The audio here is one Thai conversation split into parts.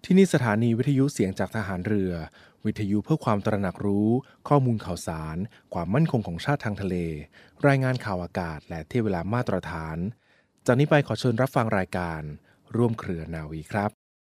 ที่นี่สถานีวิทยุเสียงจากทหารเรือวิทยุเพื่อความตระหนักรู้ข้อมูลข่าวสารความมั่นคงของชาติทางทะเลรายงานข่าวอากาศและเที่ยวเวลามาตรฐานจากนี้ไปขอเชิญรับฟังรายการร่วมเครือนาวีครับ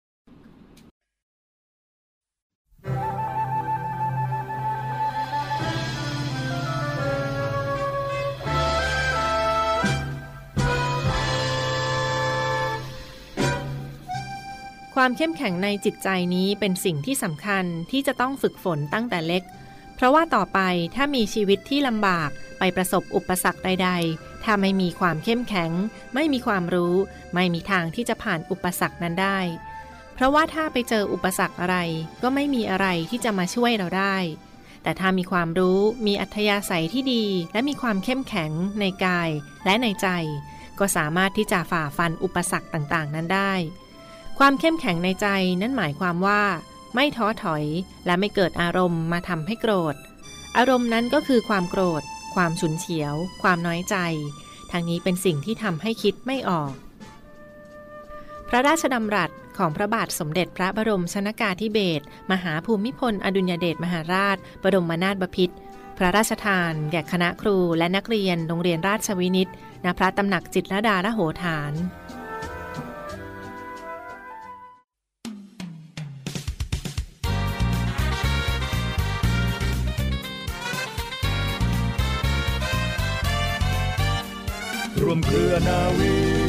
ความเข้มแข็งในจิตใจนี้เป็นสิ่งที่สำคัญที่จะต้องฝึกฝนตั้งแต่เล็กเพราะว่าต่อไปถ้ามีชีวิตที่ลำบากไปประสบอุปสรรคใดๆถ้าไม่มีความเข้มแข็งไม่มีความรู้ไม่มีทางที่จะผ่านอุปสรรคนั้นได้เพราะว่าถ้าไปเจออุปสรรคอะไรก็ไม่มีอะไรที่จะมาช่วยเราได้แต่ถ้ามีความรู้มีอัธยาศัยที่ดีและมีความเข้มแข็งในกายและในใจก็สามารถที่จะฝ่าฟันอุปสรรคต่างๆนั้นได้ความเข้มแข็งในใจนั้นหมายความว่าไม่ท้อถอยและไม่เกิดอารมณ์มาทำให้โกรธอารมณ์นั้นก็คือความโกรธความฉุนเฉียวความน้อยใจทั้งนี้เป็นสิ่งที่ทำให้คิดไม่ออกพระราชดำรัสของพระบาทสมเด็จพระบรมชนกาธิเบศรมหาภูมิพลอดุลยเดชมหาราชบรมนาถบพิตรพระราชทานแก่คณะครูและนักเรียนโรงเรียนราชวินิตณพระตำหนักจิตรลดาลโหฐานร่วมเครือนาวี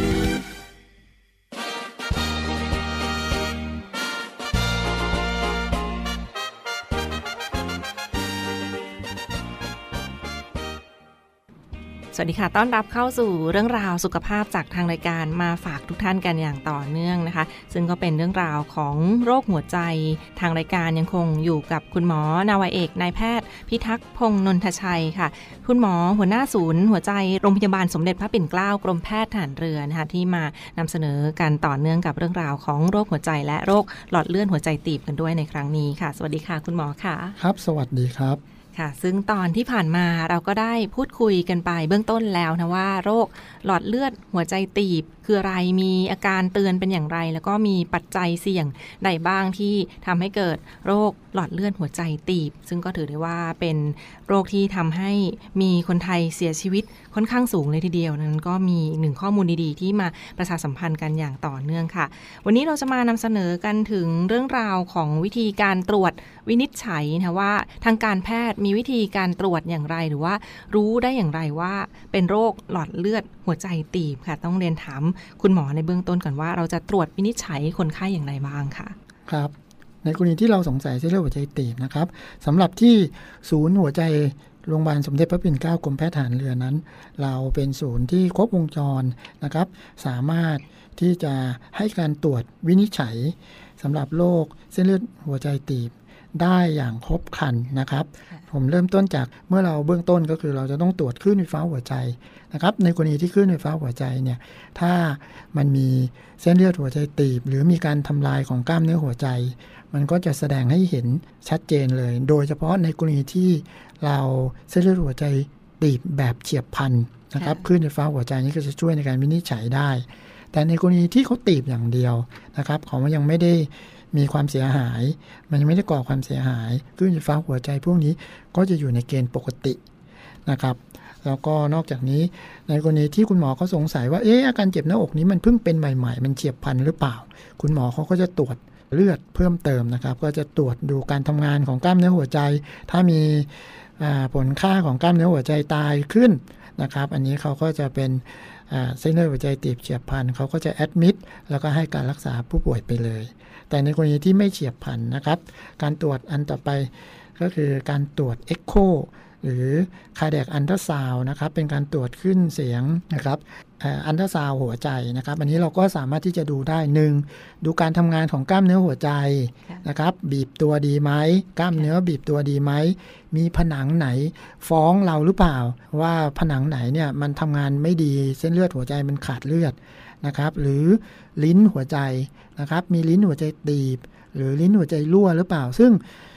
สวัสดีค่ะต้อนรับเข้าสู่เรื่องราวสุขภาพจากทางรายการมาฝากทุกท่านกันอย่างต่อเนื่องนะคะซึ่งก็เป็นเรื่องราวของโรคหัวใจทางรายการยังคงอยู่กับคุณหมอนาวาเอกนายแพทย์พิทักษ์พงษ์นนทชัยค่ะคุณหมอหัวหน้าศูนย์หัวใจโรงพยาบาลสมเด็จพระปิ่นเกล้ากรมแพทย์ทหารเรือนะคะที่มานำเสนอกันต่อเนื่องกับเรื่องราวของโรคหัวใจและโรคหลอดเลือดหัวใจตีบกันด้วยในครั้งนี้ค่ะสวัสดีค่ะคุณหมอค่ะครับสวัสดีครับค่ะซึ่งตอนที่ผ่านมาเราก็ได้พูดคุยกันไปเบื้องต้นแล้วนะว่าโรคหลอดเลือดหัวใจตีบคืออะไรมีอาการเตือนเป็นอย่างไรแล้วก็มีปัจจัยเสี่ยงใดบ้างที่ทำให้เกิดโรคหลอดเลือดหัวใจตีบซึ่งก็ถือได้ว่าเป็นโรคที่ทำให้มีคนไทยเสียชีวิตค่อนข้างสูงเลยทีเดียวนั้นก็มีหนึ่งข้อมูลดีๆที่มาประชาสัมพันธ์กันอย่างต่อเนื่องค่ะวันนี้เราจะมานำเสนอกันถึงเรื่องราวของวิธีการตรวจวินิจฉัยนะว่าทางการแพทย์มีวิธีการตรวจอย่างไรหรือว่ารู้ได้อย่างไรว่าเป็นโรคหลอดเลือดหัวใจตีบค่ะต้องเรียนถามคุณหมอในเบื้องต้นก่อนว่าเราจะตรวจวินิจฉัยคนไข้อย่างไรบ้างค่ะครับในกรณีที่เราสงสัยเส้นเลือดหัวใจตีบนะครับสำหรับที่ศูนย์หัวใจโรงพยาบาลสมเด็จพระปิ่นเกล้ากรมแพทย์ทหารเรือนั้นเราเป็นศูนย์ที่ครบวงจรนะครับสามารถที่จะให้การตรวจวินิจฉัยสำหรับโรคเส้นเลือดหัวใจตีบได้อย่างครบครันนะครับผมเริ่มต้นจากเมื่อเราเบื้องต้นก็คือเราจะต้องตรวจคลื่นไฟฟ้าหัวใจนะครับในกรณีที่คลื่นไฟฟ้าหัวใจเนี่ยถ้ามันมีเส้นเลือดหัวใจตีบหรือมีการทำลายของกล้ามเนื้อหัวใจมันก็จะแสดงให้เห็นชัดเจนเลยโดยเฉพาะในกรณีที่เราเส้นเลือดหัวใจตีบแบบเฉียบพลันนะครับคลื่นไฟฟ้าหัวใจนี้ก็จะช่วยในการวินิจฉัยได้แต่ในกรณีที่เขาตีบอย่างเดียวนะครับเขายังไม่ได้มีความเสียหายมันยังไม่ได้ก่อความเสียหายคลื่นไฟฟ้าหัวใจพวกนี้ก็จะอยู่ในเกณฑ์ปกตินะครับแล้วก็นอกจากนี้ในกรณีที่คุณหมอเขาสงสัยว่าอาการเจ็บหน้าอกนี้มันเพิ่งเป็นใหม่ๆมันเฉียบพลันหรือเปล่าคุณหมอเขาก็จะตรวจเลือดเพิ่มเติมนะครับก็จะตรวจดูการทำงานของกล้ามเนื้อหัวใจถ้ามีผลค่าของกล้ามเนื้อหัวใจตายขึ้นนะครับอันนี้เขาก็จะเป็นเส้นเลือดหัวใจตีบเฉียบพลันเขาก็จะแอดมิดแล้วก็ให้การรักษาผู้ป่วยไปเลยแต่ในกรณีที่ไม่เฉียบพลันนะครับการตรวจอันต่อไปก็คือการตรวจเอ็กโคหรือคาร์เดียกอัลตราซาวด์นะครับเป็นการตรวจขึ้นเสียงนะครับอัลตราซาวด์หัวใจนะครับอันนี้เราก็สามารถที่จะดูได้1ดูการทำงานของกล้ามเนื้อหัวใจนะครับบีบตัวดีไหมกล้ามเนื้อบีบตัวดีไหมมีผนังไหนฟ้องเราหรือเปล่าว่าผนังไหนเนี่ยมันทำงานไม่ดีเส้นเลือดหัวใจมันขาดเลือดนะครับหรือลิ้นหัวใจนะครับมีลิ้นหัวใจตีบหรือลิ้นหัวใจรั่วหรือเปล่าซึ่ง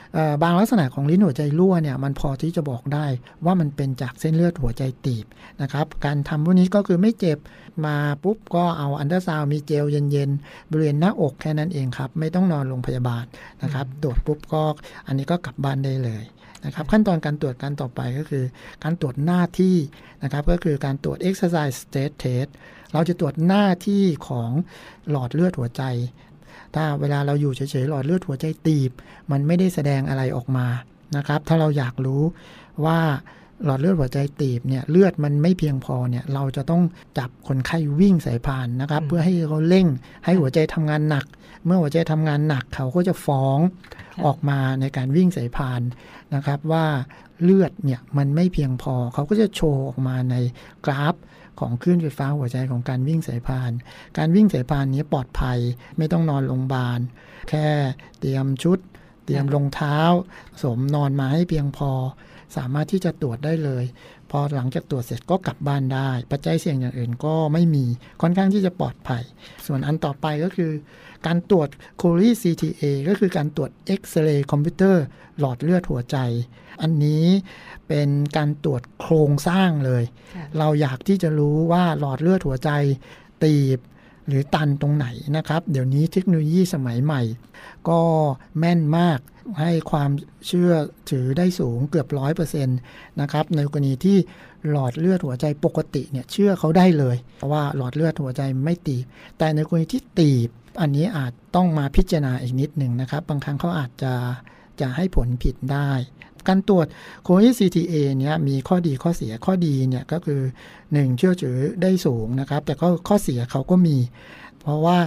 บางลักษณะของลิ้นหัวใจรั่วเนี่ยมันพอที่จะบอกได้ว่ามันเป็นจากเส้นเลือดหัวใจตีบนะครับการทำพวกนี้ก็คือไม่เจ็บมาปุ๊บก็เอาอัลตราซาวด์มีเจลเย็นๆบริเวณหน้าอกแค่นั้นเองครับไม่ต้องนอนโรงพยาบาลนะครับตรวจปุ๊บก็อันนี้ก็กลับบ้านได้เลยนะครับขั้นตอนการตรวจการต่อไปก็คือการตรวจหน้าที่นะครับก็คือการตรวจ exercise state test เราจะตรวจหน้าที่ของหลอดเลือดหัวใจถ้าเวลาเราอยู่เฉยๆหลอดเลือดหัวใจตีบมันไม่ได้แสดงอะไรออกมานะครับถ้าเราอยากรู้ว่าหลอดเลือดหัวใจตีบเนี่ยเลือดมันไม่เพียงพอเนี่ยเราจะต้องจับคนไข้วิ่งสายพานนะครับเพื่อให้เขาเร่งให้หัวใจทำงานหนักเมื่อหัวใจทำงานหนักเขาก็จะฟ้องออกมาในการวิ่งสายพานนะครับว่าเลือดเนี่ยมันไม่เพียงพอเขาก็จะโชว์ออกมาในกราฟของคลื่นไฟฟ้าหัวใจของการวิ่งสายพานการวิ่งสายพานนี้ปลอดภัยไม่ต้องนอนโรงพยาบาลแค่เตรียมชุดเตรียมรองเท้าสวมนอนมาให้เพียงพอสามารถที่จะตรวจได้เลยพอหลังจากตรวจเสร็จก็กลับบ้านได้ปัจจัยเสี่ยงอย่างอื่นก็ไม่มีค่อนข้างที่จะปลอดภัยส่วนอันต่อไปก็คือการตรวจ Curie CTA ก็คือการตรวจเอ็กซเรย์คอมพิวเตอร์หลอดเลือดหัวใจอันนี้เป็นการตรวจโครงสร้างเลยเราอยากที่จะรู้ว่าหลอดเลือดหัวใจตีบหรือตันตรงไหนนะครับเดี๋ยวนี้เทคโนโลยีสมัยใหม่ก็แม่นมากให้ความเชื่อถือได้สูงเกือบ 100% นะครับในกรณีที่หลอดเลือดหัวใจปกติเนี่ยเชื่อเขาได้เลยเพราะว่าหลอดเลือดหัวใจไม่ตีบแต่ในกรณีที่ตีบอันนี้อาจต้องมาพิจารณาอีกนิดหนึ่งนะครับบางครั้งเขาอาจจะให้ผลผิดได้การตรวจ Curie CTA เนี่ยมีข้อดีข้อเสียข้อดีเนี่ยก็คือ1เชื่อถือได้สูงนะครับแต่ข้อเสียเขาก็มีเพราะว่า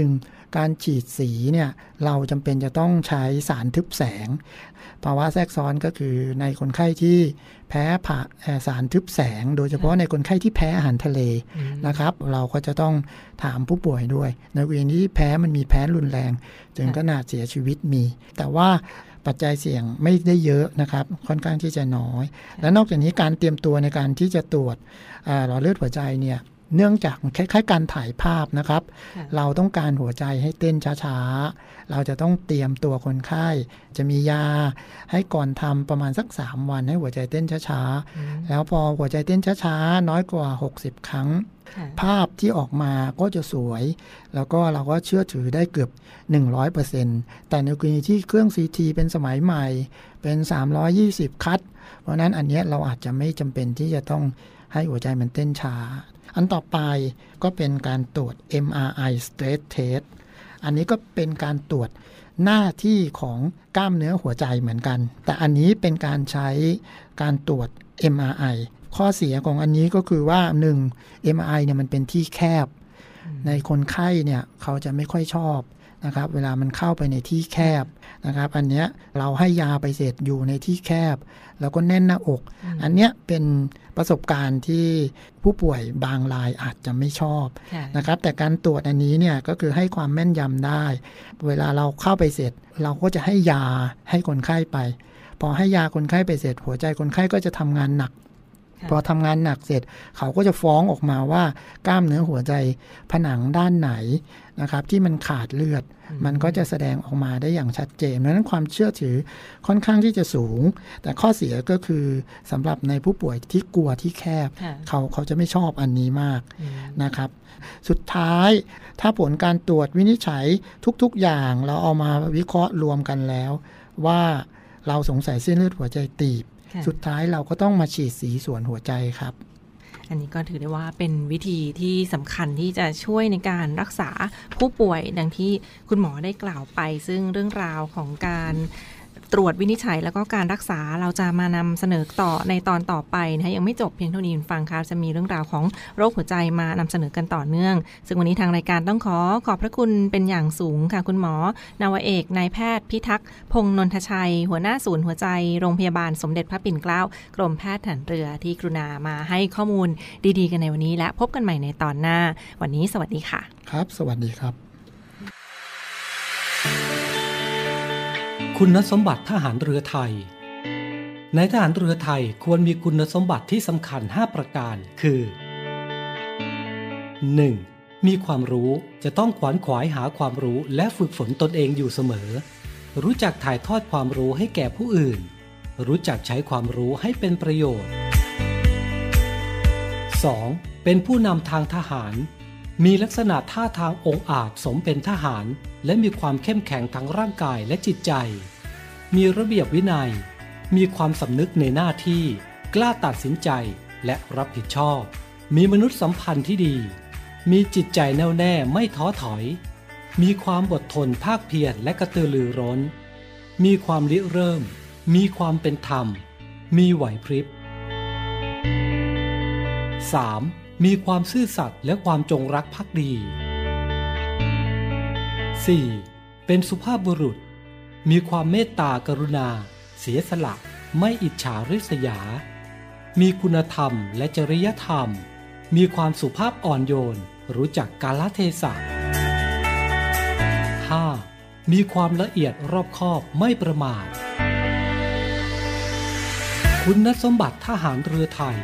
1การฉีดสีเนี่ยเราจำเป็นจะต้องใช้สารทึบแสงภาวะแทรกซ้อนก็คือในคนไข้ที่แพ้สารทึบแสงโดยเฉพาะในคนไข้ที่แพ้อาหารทะเลนะครับเราก็จะต้องถามผู้ป่วยด้วยในกรณีที่แพ้มันมีแพ้รุนแรงถึงขนาดเสียชีวิตมีแต่ว่าปัจจัยเสี่ยงไม่ได้เยอะนะครับค่อนข้างที่จะน้อยและนอกจากนี้การเตรียมตัวในการที่จะตรวจหลอดเลือดหัวใจเนี่ยเนื่องจากคล้ายๆการถ่ายภาพนะครับเราต้องการหัวใจให้เต้นช้าๆเราจะต้องเตรียมตัวคนไข้จะมียาให้ก่อนทำประมาณสัก3วันให้หัวใจเต้นช้าๆแล้วพอหัวใจเต้นช้าๆน้อยกว่า60ครั้งภาพที่ออกมาก็จะสวยแล้วก็เราก็เชื่อถือได้เกือบ 100% แต่ในกรณีที่เครื่อง CT เป็นสมัยใหม่เป็น320คัทเพราะนั้นอันนี้เราอาจจะไม่จำเป็นที่จะต้องให้หัวใจมันเต้นช้าอันต่อไปก็เป็นการตรวจ MRI stress test อันนี้ก็เป็นการตรวจหน้าที่ของกล้ามเนื้อหัวใจเหมือนกันแต่อันนี้เป็นการใช้การตรวจ MRI ข้อเสียของอันนี้ก็คือว่า1 MRI เนี่ยมันเป็นที่แคบในคนไข้เนี่ยเขาจะไม่ค่อยชอบนะครับเวลามันเข้าไปในที่แคบนะครับอันเนี้ยเราให้ยาไปเสร็จอยู่ในที่แคบแล้วก็แน่นหน้าอกอันเนี้ยเป็นประสบการณ์ที่ผู้ป่วยบางรายอาจจะไม่ชอบนะครับแต่การตรวจอันนี้เนี่ยก็คือให้ความแม่นยำได้เวลาเราเข้าไปเสร็จเราก็จะให้ยาให้คนไข้ไปพอให้ยาคนไข้ไปเสร็จหัวใจคนไข้ก็จะทำงานหนักพอทำงานหนักเสร็จเขาก็จะฟ้องออกมาว่ากล้ามเนื้อหัวใจผนังด้านไหนนะครับที่มันขาดเลือดมันก็จะแสดงออกมาได้อย่างชัดเจนเพราะฉะนั้นความเชื่อถือค่อนข้างที่จะสูงแต่ข้อเสียก็คือสำหรับในผู้ป่วยที่กลัวที่แคบเขาจะไม่ชอบอันนี้มากนะครับสุดท้ายถ้าผลการตรวจวินิจฉัยทุกๆอย่างเราเอามาวิเคราะห์รวมกันแล้วว่าเราสงสัยเส้นเลือดหัวใจตีบสุดท้ายเราก็ต้องมาฉีดสีส่วนหัวใจครับอันนี้ก็ถือได้ว่าเป็นวิธีที่สำคัญที่จะช่วยในการรักษาผู้ป่วยดังที่คุณหมอได้กล่าวไปซึ่งเรื่องราวของการตรวจวินิจฉัยแล้วก็การรักษาเราจะมานำเสนอต่อในตอนต่อไปนะคะยังไม่จบเพียงเท่านี้ฟังค่ะจะมีเรื่องราวของโรคหัวใจมานำเสนอกันต่อเนื่องซึ่งวันนี้ทางรายการต้องขอบพระคุณเป็นอย่างสูงค่ะคุณหมอนาวเอกนายแพทย์พิทักษ์พงษ์นนทชัยหัวหน้าศูนย์หัวใจโรงพยาบาลสมเด็จพระปิ่นเกล้ากรมแพทย์ทหารเรือที่กรุณามาให้ข้อมูลดีๆกันในวันนี้และพบกันใหม่ในตอนหน้าวันนี้สวัสดีค่ะครับสวัสดีครับคุณสมบัติทหารเรือไทยในทหารเรือไทยควรมีคุณสมบัติที่สำคัญ5ประการคือ 1. มีความรู้จะต้องขวนขวายหาความรู้และฝึกฝนตนเองอยู่เสมอรู้จักถ่ายทอดความรู้ให้แก่ผู้อื่นรู้จักใช้ความรู้ให้เป็นประโยชน์ 2. เป็นผู้นำทางทหารมีลักษณะท่าทางองอาจสมเป็นทหารและมีความเข้มแข็งทั้งร่างกายและจิตใจมีระเบียบวินัยมีความสำนึกในหน้าที่กล้าตัดสินใจและรับผิดชอบมีมนุษยสัมพันธ์ที่ดีมีจิตใจแน่วแน่ไม่ท้อถอยมีความอดทนภาคเพียรและกระตือรือร้นมีความริเริ่มมีความเป็นธรรมมีไหวพริบ 3. มีความซื่อสัตย์และความจงรักภักดี 4. เป็นสุภาพบุรุษมีความเมตตากรุณาเสียสละไม่อิจฉาริษยามีคุณธรรมและจริยธรรมมีความสุภาพอ่อนโยนรู้จักกาลเทศะ 5. มีความละเอียดรอบคอบไม่ประมาทคุณสมบัติทหารเรือไทย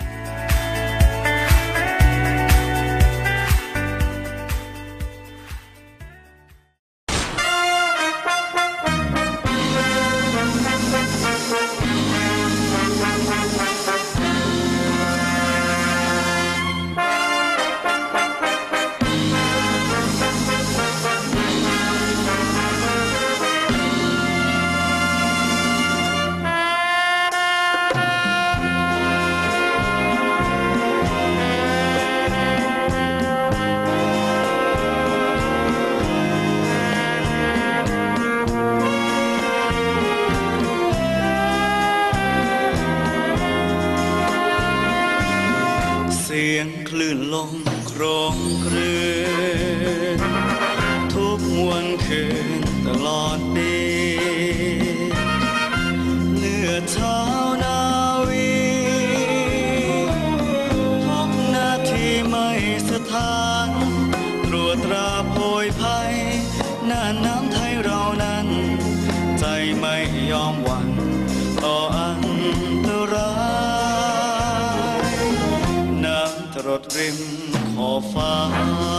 ริมขอบฟ้า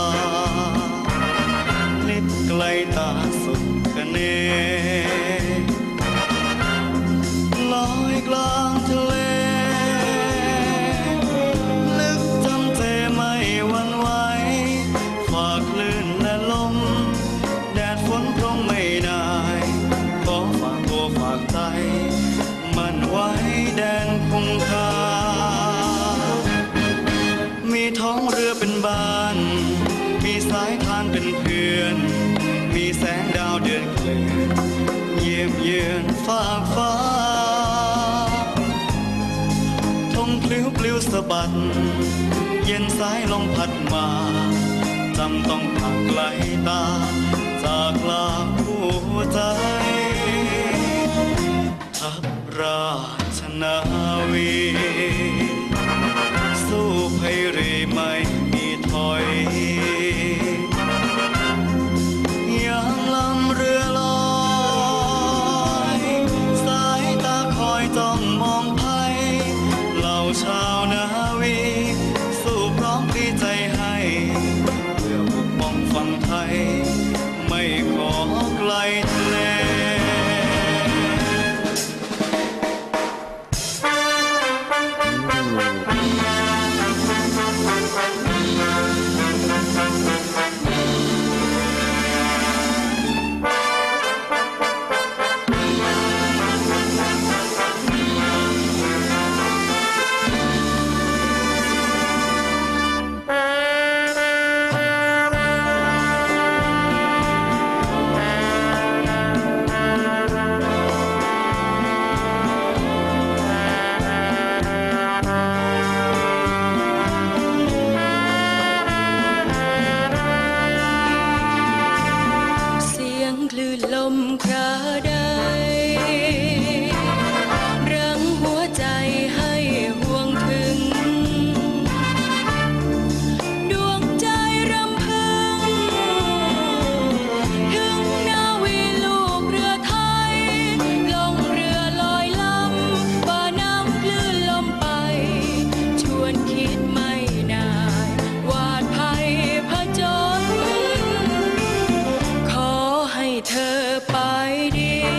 ลิบไกลตาสุดคะเนลอยกลางทะเลลึกจำเจไม่หวั่นไหวฝ่าคลื่นและลมแดดฝนพร่งไม่นายขอฝากตัวฝากใจมันไว้แดนคงคามีท้องเรือเป็นบ้านมีสายทานเป็นเพื่อนมีแสงดาวเดือนเกลื่อนเยี่ยมเยือนฟากฟ้าธงพลิ้วปลิวสะบัดเย็นสายลมพัดมาจำต้องผ่านไกลตาจากลาหัวใจทัพราชนาวีสู้ภัยรีไม่มีถอยยังลำเรือลอยสายตาคอยจ้องมองภัยเหล่าชาวนาวีสู้พร้อมพลีใจให้เพื่อปกป้องฝั่งไทยไม่ขอไกลทะเลเธอไปดี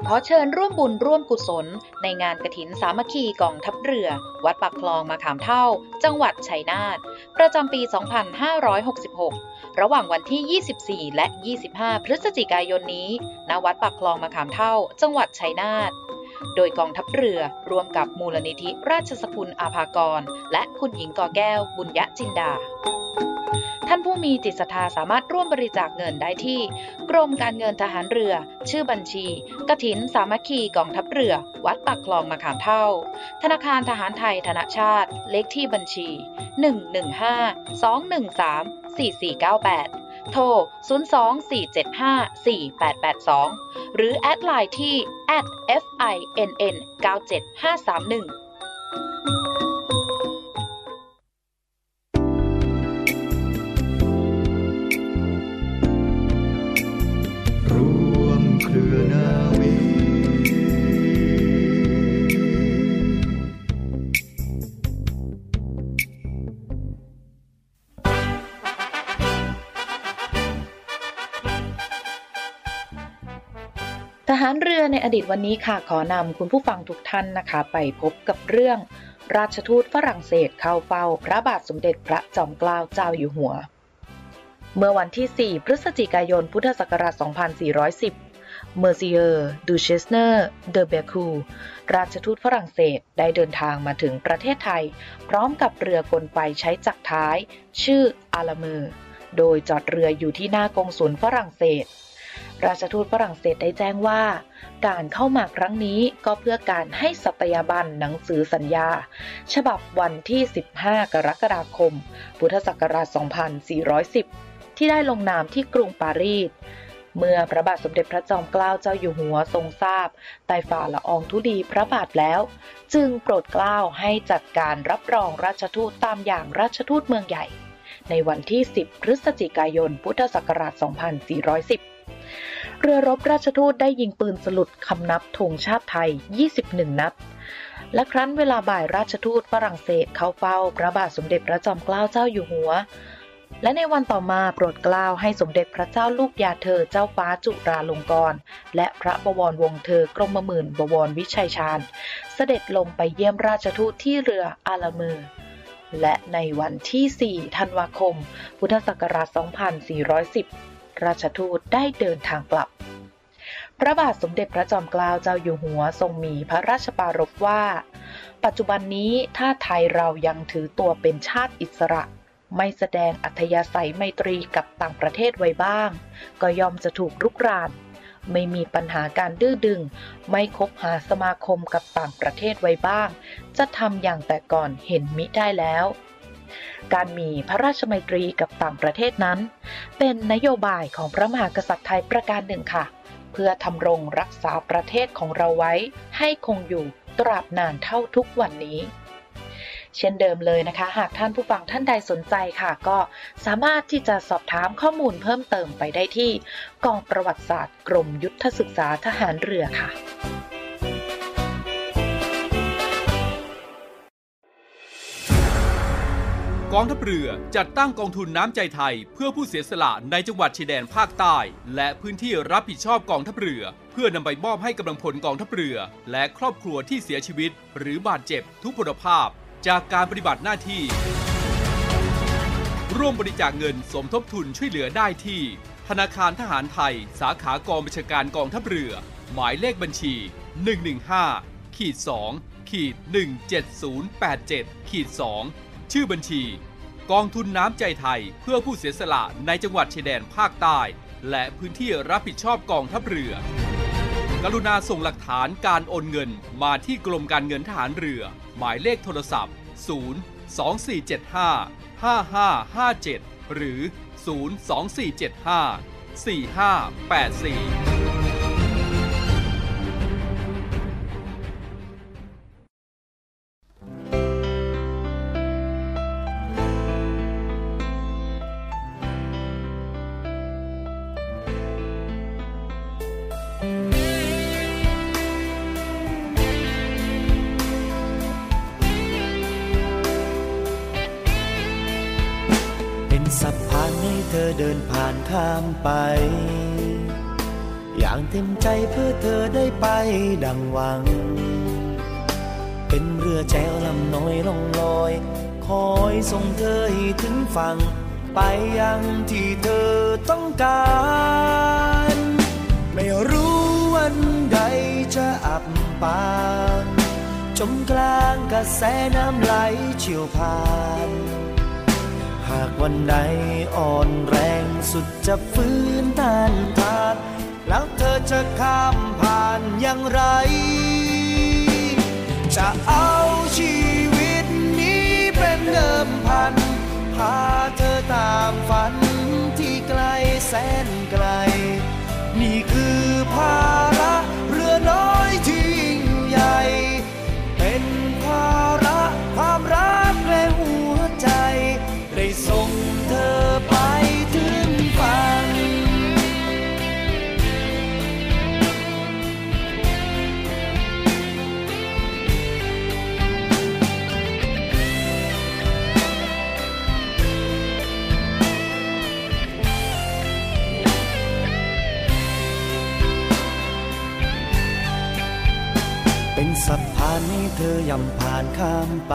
ขอเชิญร่วมบุญร่วมกุศลในงานกฐินสามัคคีกองทัพเรือวัดปากคลองมะขามเท่าจังหวัดชัยนาทประจำปี 2566 ระหว่างวันที่ 24 และ 25 พฤศจิกายนนี้ณวัดปากคลองมะขามเท่าจังหวัดชัยนาทโดยกองทัพเรือร่วมกับมูลนิธิราชสกุลอาภากรและคุณหญิงกอแก้วบุญยจินดาท่านผู้มีจิตศรัทธาสามารถร่วมบริจาคเงินได้ที่กรมการเงินทหารเรือชื่อบัญชีกฐินสามัคคีกองทัพเรือวัดปากคลองมะขามเท่าธนาคารทหารไทยธนชาติเลขที่บัญชี 115-213-4498 โทร 024754882 หรือแอดไลน์ที่ @FINN97531 เครือนาวีทหารเรือในอดีตวันนี้ค่ะขอนำคุณผู้ฟังทุกท่านนะคะไปพบกับเรื่องราชทูตฝรั่งเศสเข้าเฝ้าพระบาทสมเด็จพระจอมเกล้าเจ้าอยู่หัวเมื่อวันที่ 4 พฤศจิกายน พุทธศักราช 2410 เมอร์ซิเยอร์ ดูเชสเนอร์ เดอเบคูราชทูตฝรั่งเศสได้เดินทางมาถึงประเทศไทยพร้อมกับเรือกลไฟใช้จักรท้ายชื่ออาลาเมอร์โดยจอดเรืออยู่ที่หน้ากงสุลฝรั่งเศสราชทูตฝรั่งเศสได้แจ้งว่าการเข้ามาครั้งนี้ก็เพื่อการให้สัตยาบันหนังสือสัญญาฉบับวันที่ 15 กรกฎาคม พุทธศักราช 2410 ที่ได้ลงนามที่กรุงปารีสเมื่อพระบาทสมเด็จพระจอมเกล้าเจ้าอยู่หัวทรงทราบใต้ฝ่าละอองธุลีพระบาทแล้วจึงโปรดเกล้าให้จัดการรับรองราชทูตตามอย่างราชทูตเมืองใหญ่ในวันที่ 10 พฤศจิกายน พุทธศักราช 2410 เรือรบราชทูตได้ยิงปืนสลุดคำนับธงชาติไทย 21 นัดและครั้นเวลาบ่ายราชทูตฝรั่งเศสเข้าเฝ้าพระบาทสมเด็จพระจอมเกล้าเจ้าอยู่หัวและในวันต่อมาโปรดเกล้าให้สมเด็จพระเจ้าลูกยาเธอเจ้าฟ้าจุฬาลงกรณ์และพระบวรวงศ์เธอกรมหมื่นบวรวิชัยชาญเสด็จลงไปเยี่ยมราชทูตที่เรืออาลาเมอร์และในวันที่ 4 ธันวาคม พุทธศักราช 2410 ราชทูตได้เดินทางกลับพระบาทสมเด็จพระจอมเกล้าเจ้าอยู่หัวทรงมีพระราชปรารภว่าปัจจุบันนี้ถ้าไทยเรายังถือตัวเป็นชาติอิสระไม่แสดงอัธยาศัยไมตรีกับต่างประเทศไว้บ้างก็ย่อมจะถูกรุกรานไม่มีปัญหาการดื้อดึงไม่คบหาสมาคมกับต่างประเทศไว้บ้างจะทำอย่างแต่ก่อนเห็นมิได้แล้วการมีพระราชไมตรีกับต่างประเทศนั้นเป็นนโยบายของพระมหากษัตริย์ไทยประการหนึ่งค่ะเพื่อทำรงรักษาประเทศของเราไว้ให้คงอยู่ตราบนานเท่าทุกวันนี้เช่นเดิมเลยนะคะหากท่านผู้ฟังท่านใดสนใจค่ะก็สามารถที่จะสอบถามข้อมูลเพิ่มเติมไปได้ที่กองประวัติศาสตร์กรมยุทธศึกษาทหารเรือค่ะกองทัพเรือจัดตั้งกองทุนน้ำใจไทยเพื่อผู้เสียสละในจังหวัดชายแดนภาคใต้และพื้นที่รับผิดชอบกองทัพเรือเพื่อนำไปมอบให้กำลังพลกองทัพเรือและครอบครัวที่เสียชีวิตหรือบาดเจ็บทุพพลภาพจากการปฏิบัติหน้าที่ร่วมบริจาคเงินสมทบทุนช่วยเหลือได้ที่ธนาคารทหารไทยสาขากองบัญชาการกองทัพเรือหมายเลขบัญชี 115-2-17087-2ชื่อบัญชีกองทุนน้ำใจไทยเพื่อผู้เสียสละในจังหวัดชายแดนภาคใต้และพื้นที่รับผิดชอบกองทัพเรือกรุณาส่งหลักฐานการโอนเงินมาที่กรมการเงินทหารเรือหมายเลขโทรศัพท์ 024755557 หรือ 024754584 สะพานให้เธอเดินผ่านข้ามไปอย่างเต็มใจเพื่อเธอได้ไปดังหวังเป็นเรือแจวลำน้อยล่องลอยคอยส่งเธอให้ถึงฝั่งไปยังที่เธอต้องการไม่รู้วันใดจะอับปางจมกลางกระแสน้ำไหลเชี่ยวผ่านหากวันใดอ่อนแรงสุดจะฟื้นต้านทานแล้วเธอจะข้ามผ่านอย่างไรจะเอาชีวิตนี้เป็นเดิมพันพาเธอตามฝันที่ไกลแสนไกลนี่คือภาระเรือน้อยที่ยิ่งใหญ่เป็นภาระความรักและหัวใจได้ส่งเธอไปถึงฝั่งเป็นสะพานให้เธอย่ำผ่านข้ามไป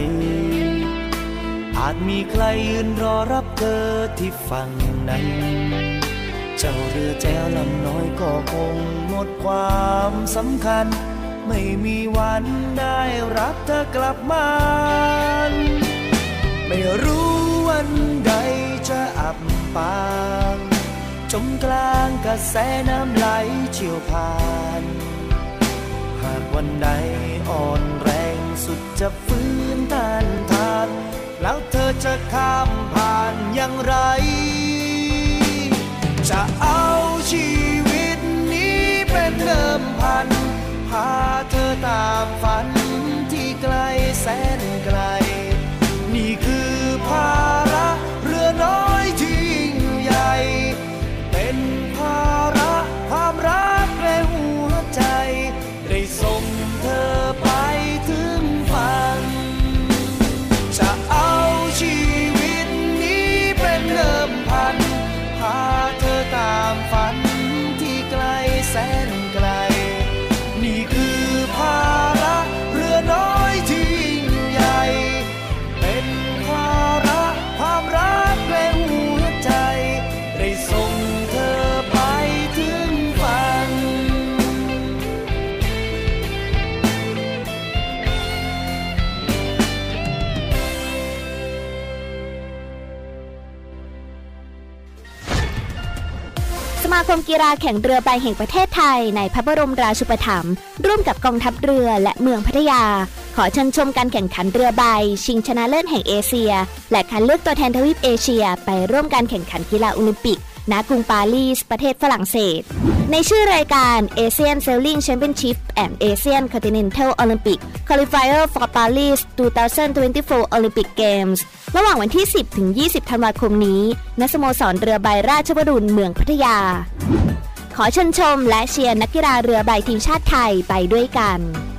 อาจมีใครยืนรอรับเธอที่ฝั่งนั้นเจ้าเรือแจวลำน้อยก็คงหมดความสำคัญไม่มีวันได้รับเธอกลับมาไม่รู้วันใดจะอับปางจมกลางกระแสน้ำไหลเชี่ยวผ่านหากวันใดอ่อนแรงสุดจะฟื้นต้านทานแล้วเธอจะข้ามผ่านอย่างไรจะเอาชีวิตนี้เป็นเดิมพันพาเธอตามฝันที่ไกลแสนไกลนี่คือภาระเรือน้อยที่ยิ่งใหญ่เป็นภาระความรักและหัวใจได้ส่งเธอไปถึงฝั่งจะเอาชีวิตนี้เป็นเดิมพันพาเธอตามฝันที่ไกลแสนไกลนี่คือภาระเรือน้อยที่ยิ่งใหญ่เป็นภาระความรักและหัวใจได้ส่งเธอไปถึงฝั่งสมาคมกีฬาแข่งเรือใบแห่งประเทศไทยในพระบรมราชูปถัมภ์ร่วมกับกองทัพเรือและเมืองพัทยาขอเชิญชมการแข่งขันเรือใบชิงชนะเลิศแห่งเอเชียและคัดเลือกตัวแทนทวีปเอเชียไปร่วมการแข่งขันกีฬาโอลิมปิกณกรุงปารีสประเทศฝรั่งเศสในชื่อรายการ Asian Sailing Championship and Asian Continental Olympic Qualifier for Paris 2024 Olympic Games ระหว่างวันที่ 10 ถึง 20 ธันวาคมนี้ณสโมสรเรือใบราชวรุณเมืองพัทยาขอเชิญชมและเชียร์นักกีฬาเรือใบทีมชาติไทยไปด้วยกัน